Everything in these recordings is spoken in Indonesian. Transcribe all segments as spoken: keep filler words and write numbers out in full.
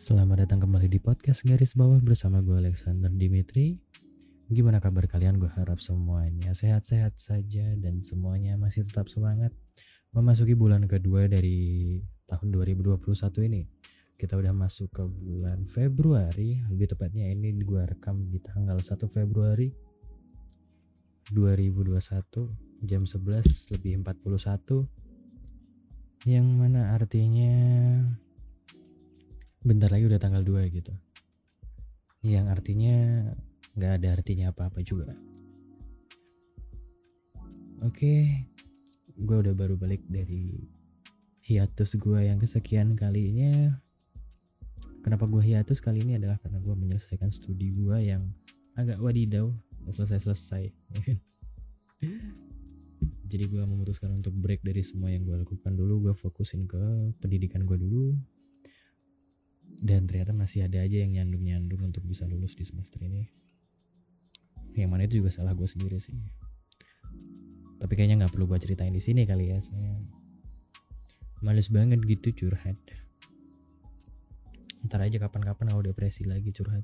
Selamat datang kembali di podcast Garis Bawah bersama gue Alexander Dimitri. Gimana kabar kalian? Gue harap semuanya sehat-sehat saja dan semuanya masih tetap semangat memasuki bulan kedua dari tahun dua ribu dua puluh satu ini. Kita udah masuk ke bulan Februari, lebih tepatnya ini gue rekam di tanggal satu Februari dua ribu dua puluh satu jam sebelas lebih empat puluh satu, yang mana artinya bentar lagi udah tanggal dua gitu. Yang artinya gak ada artinya apa-apa juga. Oke, gue udah baru balik dari hiatus gue yang kesekian kalinya. Kenapa gue hiatus kali ini adalah karena gue menyelesaikan studi gue yang agak wadidaw, gak selesai-selesai. Jadi gue memutuskan untuk break dari semua yang gue lakukan dulu. Gue fokusin ke pendidikan gue dulu. Dan ternyata masih ada aja yang nyandung-nyandung untuk bisa lulus di semester ini. Yang mana itu juga salah gue sendiri sih. Tapi kayaknya nggak perlu gue ceritain di sini kali ya. Soalnya males banget gitu curhat. Ntar aja kapan-kapan aku depresi lagi curhat.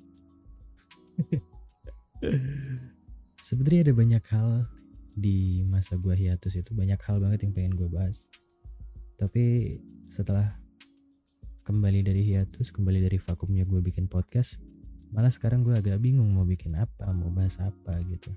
Sebenarnya ada banyak hal di masa gue hiatus itu, banyak hal banget yang pengen gue bahas. Tapi setelah kembali dari hiatus, kembali dari vakumnya gue bikin podcast, malah sekarang gue agak bingung mau bikin apa, mau bahas apa gitu.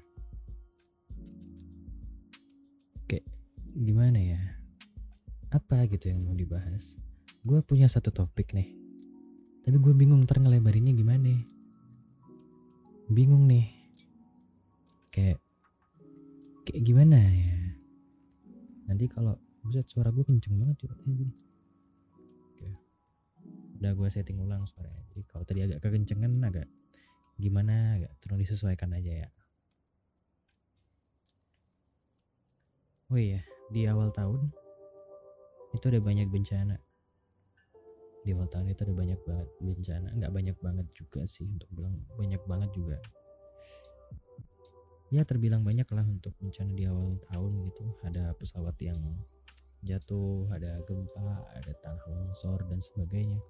Kayak gimana ya, apa gitu yang mau dibahas. Gue punya satu topik nih, tapi gue bingung ntar ngelebarinnya gimana. Bingung nih, kayak kayak gimana ya. Nanti kalau buset suara gue kenceng banget juga gini. Oke, udah gue setting ulang suaranya. Jadi kalau tadi agak kekencengan, agak gimana, agak tolong disesuaikan aja ya. Oh iya, di awal tahun itu ada banyak bencana. Di awal tahun itu ada banyak banget bencana. Nggak banyak banget juga sih, untuk bilang banyak banget juga. Ya terbilang banyak lah untuk bencana di awal tahun gitu. Ada pesawat yang jatuh, ada gempa, ada tanah longsor dan sebagainya.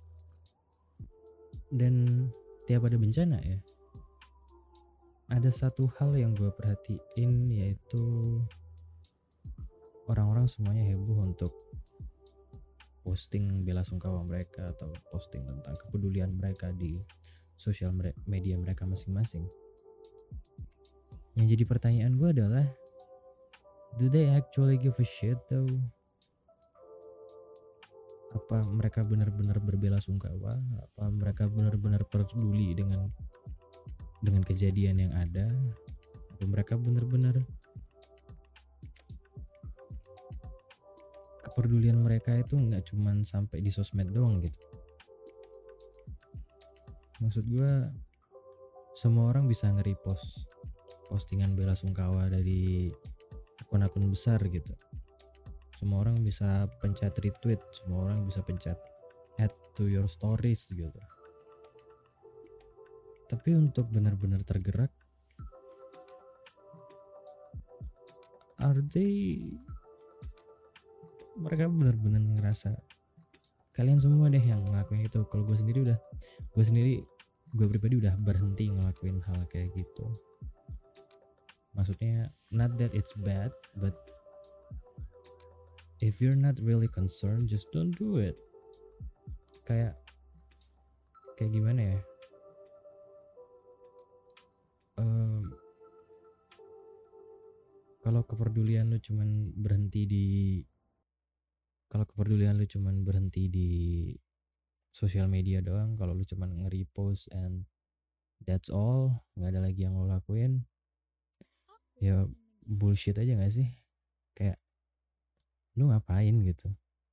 Dan tiap ada bencana ya, ada satu hal yang gue perhatiin, yaitu orang-orang semuanya heboh untuk posting bela sungkawa mereka atau posting tentang kepedulian mereka di sosial media mereka masing-masing. Yang jadi pertanyaan gue adalah, do they actually give a shit though? Apa mereka benar-benar berbela sungkawa? Apa mereka benar-benar peduli dengan dengan kejadian yang ada? Apa mereka benar-benar kepedulian mereka itu nggak cuman sampai di sosmed doang gitu? Maksud gue, semua orang bisa nge-repost postingan bela sungkawa dari akun-akun besar gitu. Semua orang bisa pencet retweet, semua orang bisa pencet add to your stories gitu. Tapi untuk benar-benar tergerak, are they, mereka benar-benar ngerasa, kalian semua deh yang ngelakuin itu. Kalau gue sendiri udah, gue sendiri, gue pribadi udah berhenti ngelakuin hal kayak gitu. Maksudnya, not that it's bad, but if you're not really concerned, just don't do it. Kayak, kayak gimana ya? Um, kalau kepedulian lu cuman berhenti di, kalau kepedulian lu cuman berhenti di sosial media doang, kalau lu cuman nge-repost and that's all, nggak ada lagi yang lo lakuin, ya bullshit aja nggak sih? Kayak lu ngapain gitu?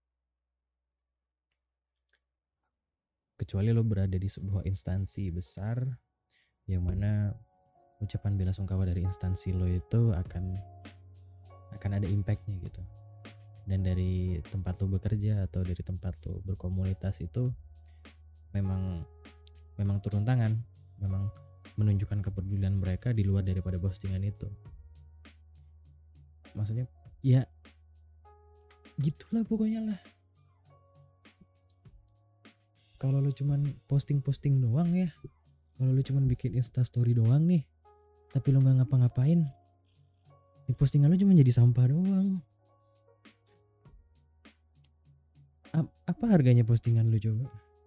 Kecuali lo berada di sebuah instansi besar yang mana ucapan bela sungkawa dari instansi lo itu akan akan ada impactnya gitu. Dan dari tempat lo bekerja atau dari tempat lo berkomunitas itu memang memang turun tangan, memang menunjukkan kepedulian mereka di luar daripada postingan itu. Maksudnya ya gitulah pokoknya lah. Kalau lu cuman posting-posting doang ya, kalau lu cuman bikin Insta story doang nih, tapi lu nggak ngapa-ngapain, ya postingan lu cuma jadi sampah doang. A- apa harganya postingan lu coba?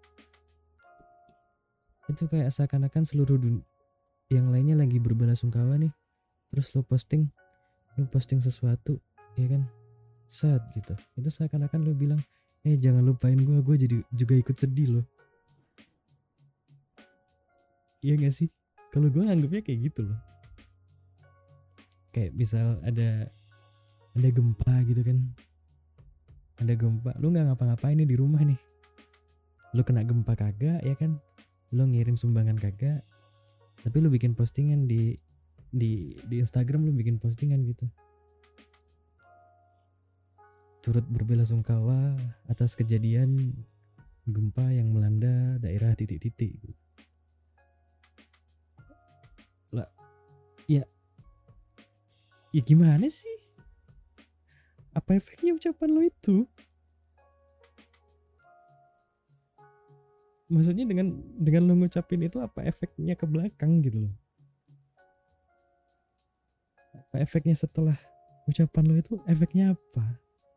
Itu kayak seakan-akan seluruh dunia yang lainnya lagi berbelasungkawa nih, terus lu posting, lu posting sesuatu, ya kan? Sad gitu. Itu seakan-akan lu bilang, eh jangan lupain gue, gue jadi juga ikut sedih loh. Iya gak sih? Kalau gue nganggapnya kayak gitu loh. Kayak misal ada ada gempa gitu kan, ada gempa, lu nggak ngapa-ngapain nih di rumah nih, lu kena gempa kagak ya kan, lu ngirim sumbangan kagak, tapi lu bikin postingan di di di Instagram, lu bikin postingan gitu, turut berbelasungkawa atas kejadian gempa yang melanda daerah titik-titik. Lah, ya, ya gimana sih? Apa efeknya ucapan lo itu? Maksudnya dengan dengan lo ngucapin itu apa efeknya ke belakang gitu loh? Apa efeknya setelah ucapan lo itu, efeknya apa?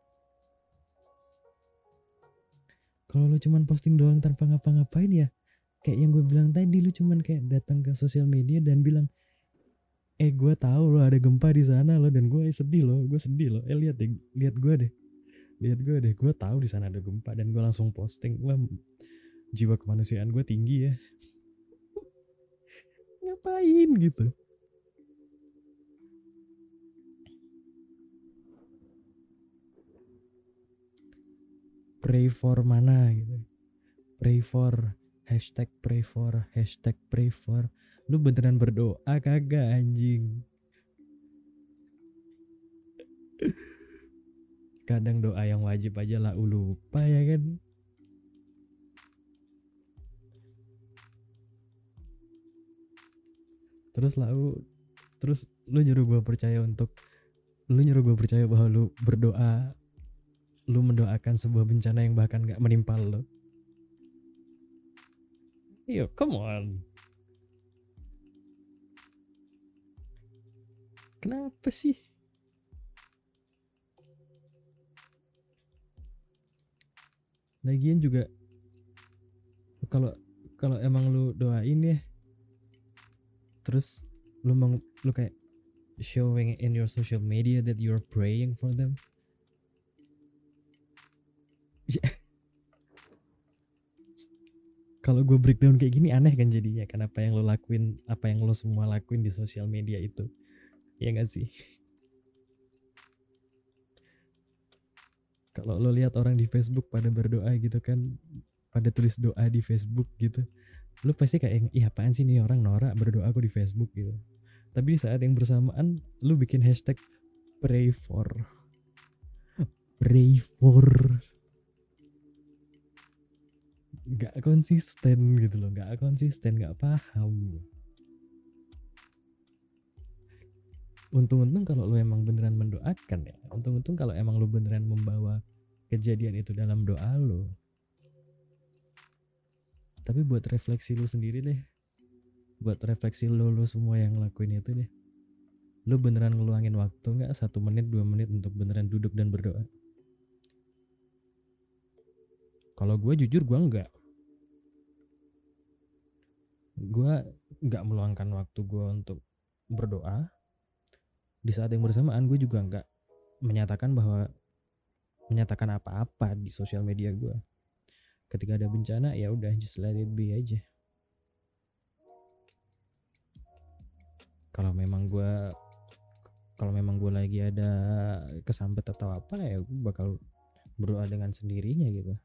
Kalau lo cuman posting doang tanpa ngapa-ngapain ya, kayak yang gue bilang tadi, lo cuman kayak datang ke sosial media dan bilang, eh gue tahu lo ada gempa di sana lo, dan gue sedih lo, gue sedih lo, eh lihat deh, lihat gue deh, lihat gue deh, gue tahu di sana ada gempa, dan gue langsung posting. Wah, jiwa kemanusiaan gue tinggi ya. Ngapain gitu? Pray for mana gitu? Pray for, hashtag pray for, hashtag pray for. Lu beneran berdoa kagak anjing? Kadang doa yang wajib aja lah lupa ya kan. Terus lalu terus lu nyuruh gue percaya untuk lu nyuruh gue percaya bahwa lu berdoa, lu mendoakan sebuah bencana yang bahkan gak menimpa lu. Yo, come on. Kenapa sih? Lagian juga kalau kalau emang lu doain ya, terus lu meng, lu kayak showing in your social media that you're praying for them. Kalau gue breakdown kayak gini aneh kan jadinya, kan apa yang lo lakuin, apa yang lo semua lakuin di sosial media itu, ya gak sih? Kalau lo lihat orang di Facebook pada berdoa gitu kan, pada tulis doa di Facebook gitu, lo pasti kayak, ih apaan sih nih orang norak berdoa aku di Facebook gitu. Tapi di saat yang bersamaan lo bikin hashtag pray for, pray for, gak konsisten gitu loh, gak konsisten, gak paham. Untung-untung kalau lo emang beneran mendoakan ya, untung-untung kalau emang lo beneran membawa kejadian itu dalam doa lo. Tapi buat refleksi lo sendiri deh, buat refleksi lo lo semua yang ngelakuin itu deh, lo beneran ngeluangin waktu nggak satu menit dua menit untuk beneran duduk dan berdoa? Kalau gue jujur gue nggak, gue nggak meluangkan waktu gue untuk berdoa. Di saat yang bersamaan gue juga nggak menyatakan bahwa menyatakan apa-apa di sosial media gue. Ketika ada bencana ya udah just let it be aja. Kalau memang gue kalau memang gue lagi ada kesambet atau apa ya gue bakal berdoa dengan sendirinya gitu.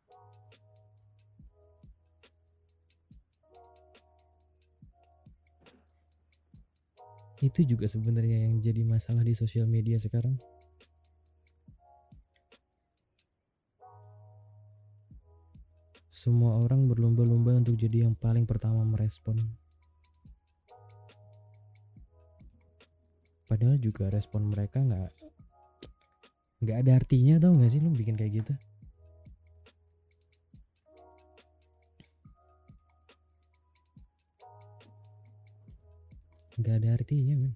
Itu juga sebenarnya yang jadi masalah di sosial media sekarang. Semua orang berlomba-lomba untuk jadi yang paling pertama merespon. Padahal juga respon mereka nggak nggak ada artinya, tau nggak sih lu bikin kayak gitu? Nggak ada artinya, men.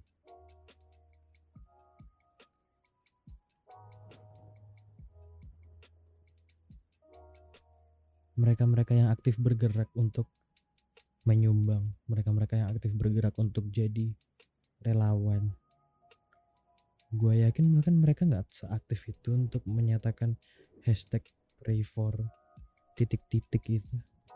Mereka-mereka yang aktif bergerak untuk menyumbang, mereka-mereka yang aktif bergerak untuk jadi relawan, gue yakin bahkan mereka nggak seaktif itu untuk menyatakan hashtag pray for titik-titik itu.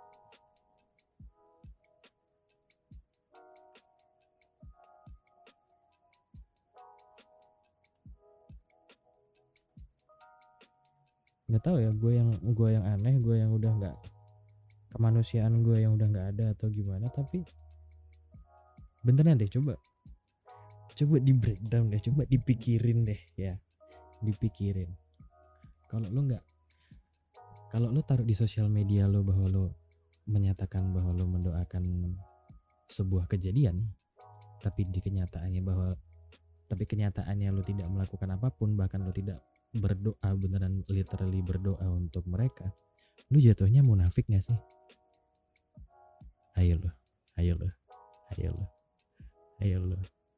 Nggak tahu ya, gue yang gue yang aneh, gue yang udah nggak, kemanusiaan gue yang udah nggak ada atau gimana. Tapi beneran deh, coba coba di breakdown deh, coba dipikirin deh ya, dipikirin. Kalau lo nggak, kalau lo taruh di sosial media lo bahwa lo menyatakan bahwa lo mendoakan sebuah kejadian, tapi di kenyataannya bahwa tapi kenyataannya lo tidak melakukan apapun, bahkan lo tidak berdoa, beneran literally berdoa untuk mereka, lu jatuhnya munafik gak sih? Ayo lo, ayo lo, ayo lo, ayo lo.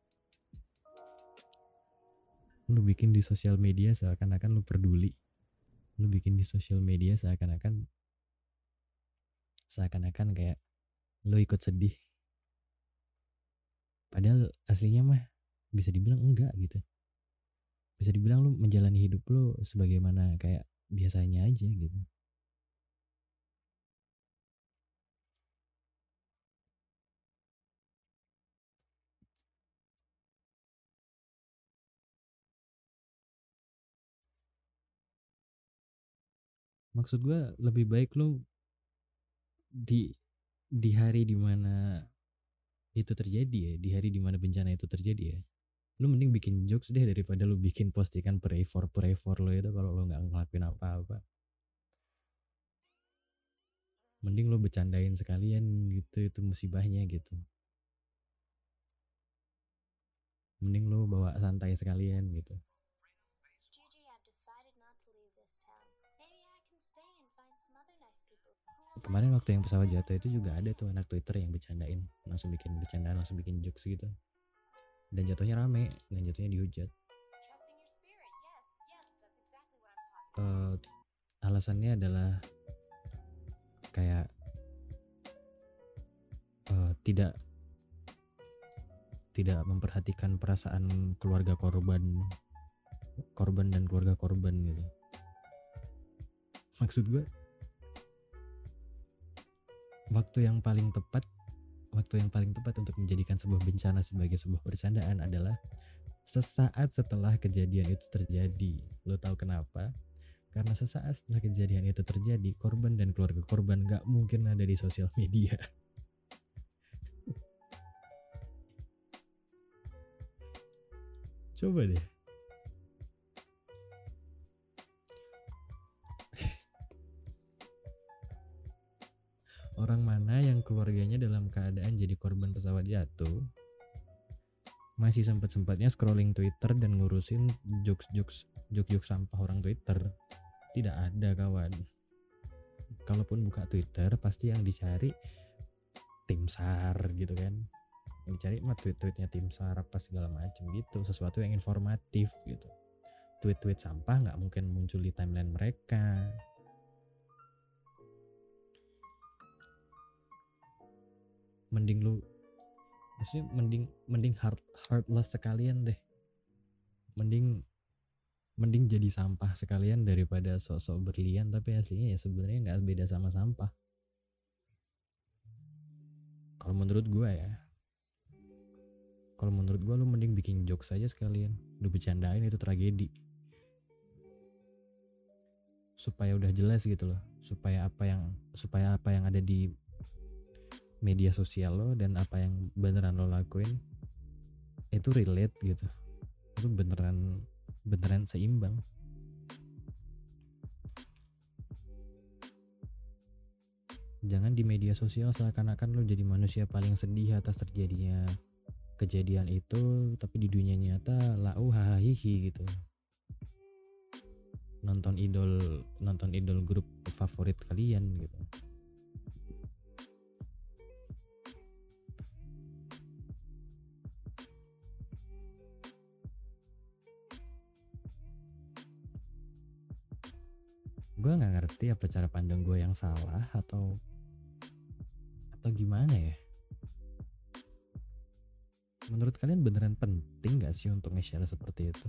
Lu bikin di sosial media seakan-akan lu peduli. Lu bikin di sosial media seakan-akan seakan-akan kayak lu ikut sedih. Padahal aslinya mah bisa dibilang enggak gitu. Bisa dibilang lu menjalani hidup lu sebagaimana kayak biasanya aja gitu. Maksud gue lebih baik lu di di hari dimana itu terjadi ya, di hari dimana bencana itu terjadi ya, lu mending bikin jokes deh daripada lu bikin postingan pray for pray for lo itu kalau lu nggak ngelakuin apa-apa. Mending lu bercandain sekalian gitu, itu musibahnya gitu. Mending lu bawa santai sekalian gitu. Kemarin waktu yang pesawat jatuh itu juga ada tuh anak Twitter yang bercandain, langsung bikin bercandaan, langsung bikin jokes gitu. Dan jatuhnya rame, dan jatuhnya dihujat. Uh, alasannya adalah kayak uh, tidak tidak memperhatikan perasaan keluarga korban, korban dan keluarga korban gitu. Maksud gue, waktu yang paling tepat, waktu yang paling tepat untuk menjadikan sebuah bencana sebagai sebuah bercandaan adalah sesaat setelah kejadian itu terjadi. Lo tahu kenapa? Karena sesaat setelah kejadian itu terjadi, korban dan keluarga korban gak mungkin ada di sosial media. Coba deh. Orang mana yang keluarganya dalam keadaan jadi korban pesawat jatuh masih sempat-sempatnya scrolling Twitter dan ngurusin jokes-jokes jokes-jokes sampah orang Twitter? Tidak ada, kawan. Kalaupun buka Twitter pasti yang dicari tim SAR gitu kan, yang dicari mah tweet-tweetnya tim SAR apa segala macam gitu, sesuatu yang informatif gitu. Tweet-tweet sampah nggak mungkin muncul di timeline mereka. Mending lu, maksudnya mending mending heart, heartless sekalian deh. Mending mending jadi sampah sekalian daripada sok-sok berlian tapi aslinya ya sebenarnya nggak beda sama sampah. Kalau menurut gue ya, kalau menurut gue lu mending bikin jokes aja sekalian, lu bercandain itu tragedi, supaya udah jelas gitu loh, supaya apa yang supaya apa yang ada di media sosial lo dan apa yang beneran lo lakuin itu relate gitu, itu beneran beneran seimbang. Jangan di media sosial seakan-akan lo jadi manusia paling sedih atas terjadinya kejadian itu, tapi di dunia nyata lau hahihi gitu. Nonton idol nonton idol grup favorit kalian gitu. gue nggak ngerti apa cara pandang gue yang salah atau atau gimana ya. Menurut kalian beneran penting gak sih untuk nge-share seperti itu?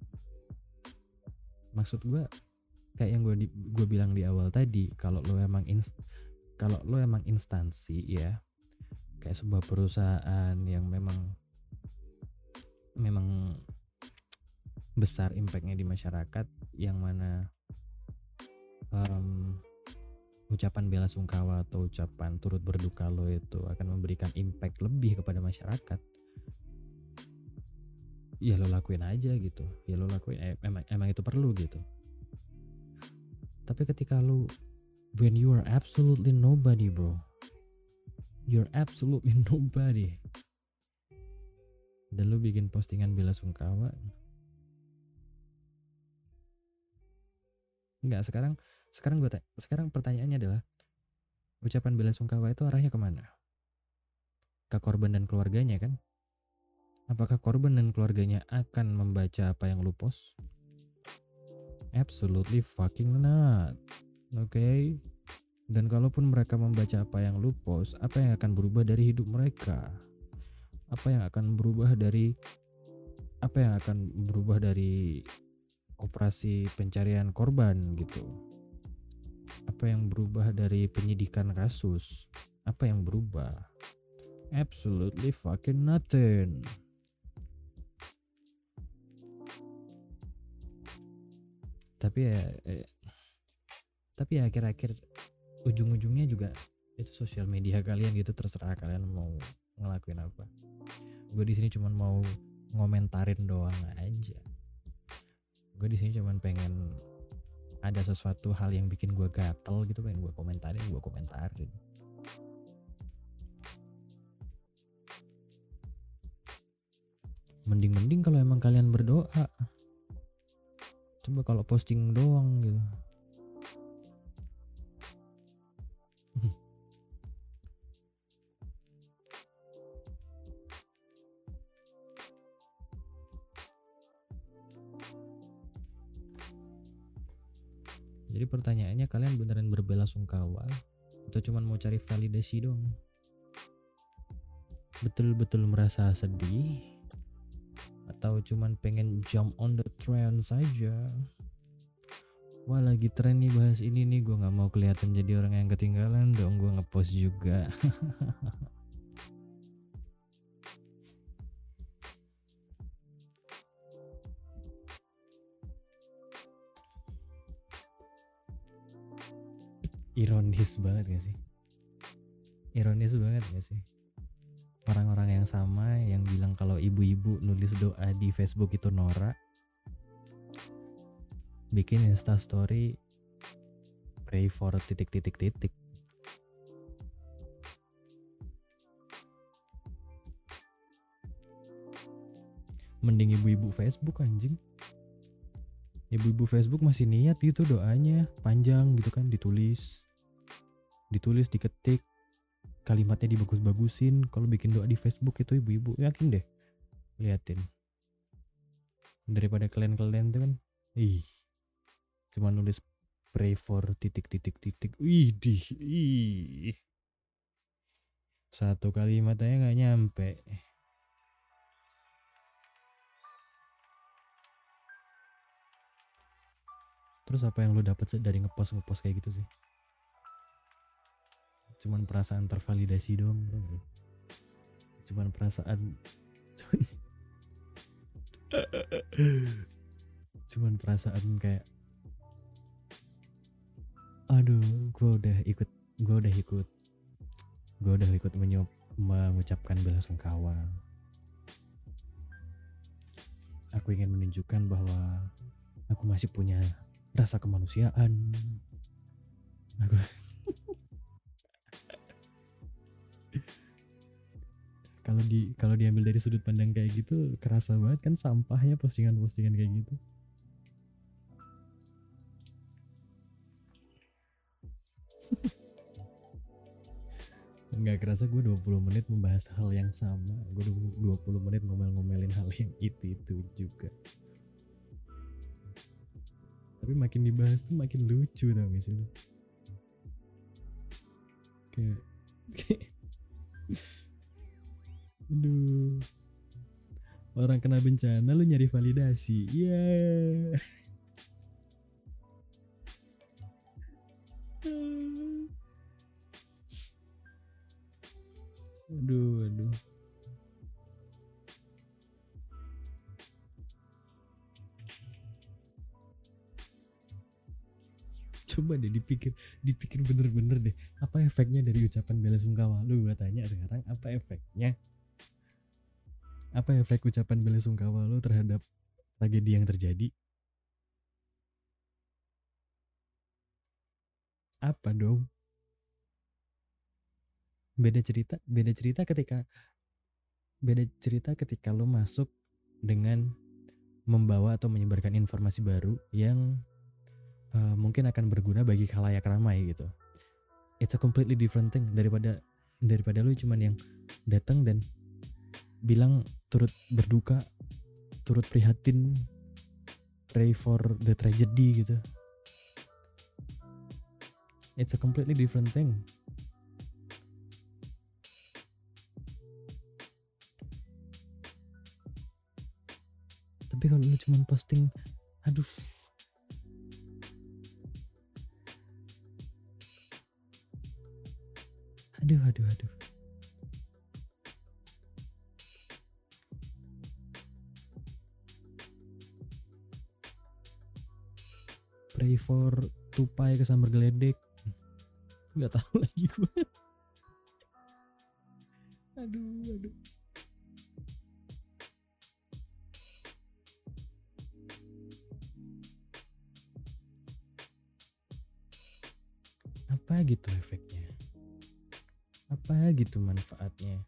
Maksud gue kayak yang gue di, gue bilang di awal tadi, kalau lo emang inst, kalau lo emang instansi ya, kayak sebuah perusahaan yang memang memang besar impactnya di masyarakat, yang mana um, ucapan bela sungkawa atau ucapan turut berduka lo itu akan memberikan impact lebih kepada masyarakat, ya lo lakuin aja gitu, ya lo lakuin, eh, emang emang itu perlu gitu. Tapi ketika lo, when you are absolutely nobody bro, you're absolutely nobody, dan lo bikin postingan bela sungkawa, enggak, sekarang sekarang gue sekarang pertanyaannya adalah, ucapan bela sungkawa itu arahnya kemana? Ke korban dan keluarganya kan? Apakah korban dan keluarganya akan membaca apa yang lu post? Absolutely fucking not. Oke okay? Dan kalaupun mereka membaca apa yang lu post, apa yang akan berubah dari hidup mereka? Apa yang akan berubah dari apa yang akan berubah dari operasi pencarian korban gitu? Apa yang berubah dari penyidikan kasus? Apa yang berubah? Absolutely fucking nothing. Tapi ya eh, tapi ya akhir-akhir ujung-ujungnya juga itu sosial media kalian gitu, terserah kalian mau ngelakuin apa. Gue di sini cuma mau ngomentarin doang aja. Gue di sini cuma pengen ada sesuatu hal yang bikin gue gatel gitu, pengen gue komentarin, gue komentarin. Mending-mending kalau emang kalian berdoa. Coba kalau posting doang gitu. Jadi pertanyaannya, kalian beneran berbela sungkawa atau cuman mau cari validasi dong? Betul-betul merasa sedih atau cuman pengen jump on the trend saja? Wah lagi tren nih bahas ini nih, gue gak mau kelihatan jadi orang yang ketinggalan dong, gue ngepost juga. Ironis banget gak sih? Ironis banget gak sih? Orang-orang yang sama yang bilang kalau ibu-ibu nulis doa di Facebook itu norak, bikin instastory pray for titik-titik-titik. Mending ibu-ibu Facebook anjing. Ibu-ibu Facebook masih niat gitu doanya, panjang gitu kan, ditulis. Ditulis, diketik, kalimatnya dibagus-bagusin. Kalau bikin doa di Facebook itu ibu-ibu, yakin deh, liatin. Daripada kalian-kalian tuh kan, ih, cuma nulis pray for titik-titik-titik. Ih, dih, ih. Satu kalimat aja nggak nyampe. Terus apa yang lu dapat dari ngepost ngepost kayak gitu sih? Cuman perasaan tervalidasi doang, bro. Cuman perasaan, cuman, cuman perasaan kayak, aduh, gue udah ikut, gue udah ikut, gue udah ikut menyup, mengucapkan bela sungkawa. Aku ingin menunjukkan bahwa aku masih punya rasa kemanusiaan. Aku kalau di kalau diambil dari sudut pandang kayak gitu, kerasa banget kan sampahnya postingan-postingan kayak gitu. Nggak kerasa gue dua puluh menit membahas hal yang sama. Gue dua puluh menit ngomel-ngomelin hal yang itu-itu juga. Tapi makin dibahas tuh makin lucu tau gak sih lu? Kayak, kayak aduh, orang kena bencana lu nyari validasi. Iya. Yeah. Aduh, aduh. Coba deh dipikir, dipikir bener-bener deh. Apa efeknya dari ucapan bela sungkawa? Lu gua tanya sekarang, apa efeknya? Apa efek ucapan bela sungkawa lu terhadap tragedi yang terjadi? Apa dong? Beda cerita, beda cerita ketika beda cerita ketika lu masuk dengan membawa atau menyebarkan informasi baru yang uh, mungkin akan berguna bagi khalayak ramai gitu. It's a completely different thing daripada daripada lu cuman yang datang dan bilang turut berduka, turut prihatin, pray for the tragedy gitu. It's a completely different thing. Tapi kalau lu cuman posting, aduh, aduh, aduh, aduh. Pray for tupai kesambar geledek. Nggak tahu lagi gue. Aduh, aduh. Apa gitu efeknya? Apa gitu manfaatnya?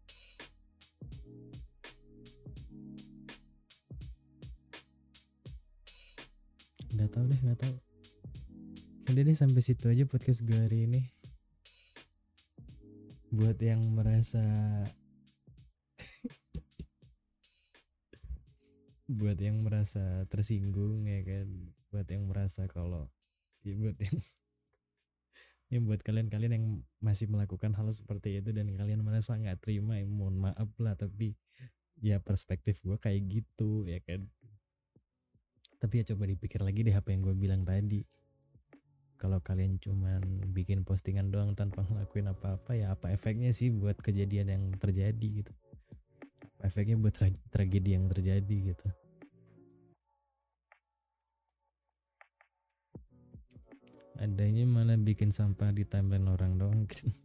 Nggak tahu deh, nggak tahu. Udah deh, sampai situ aja podcast gue hari ini. Buat yang merasa buat yang merasa tersinggung ya kan, buat yang merasa kalau ya buat yang ya buat kalian-kalian yang masih melakukan hal seperti itu dan kalian merasa nggak terima, ya mohon maaf lah, tapi ya perspektif gue kayak gitu ya kan. Tapi ya coba dipikir lagi deh apa yang gue bilang tadi. Kalau kalian cuman bikin postingan doang tanpa ngelakuin apa-apa, ya apa efeknya sih buat kejadian yang terjadi gitu? Apa efeknya buat tra- tragedi yang terjadi gitu? Adanya malah bikin sampah di timeline orang doang.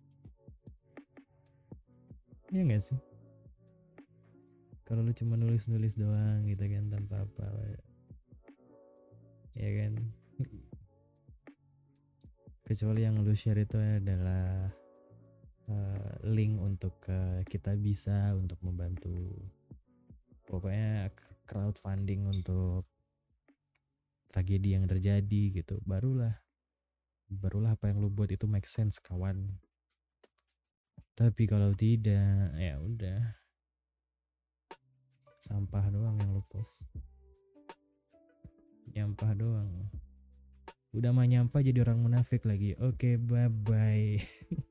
Iya gak sih? Kalau lu cuma nulis-nulis doang gitu kan tanpa apa, ya kan? Kecuali yang lu share itu adalah uh, link untuk uh, kita bisa untuk membantu, pokoknya crowdfunding untuk tragedi yang terjadi gitu, barulah barulah apa yang lu buat itu make sense kawan. Tapi kalau tidak, ya udah, sampah doang yang lu post, nyampah doang. Udah mah nyampah jadi orang munafik lagi. Oke, bye bye.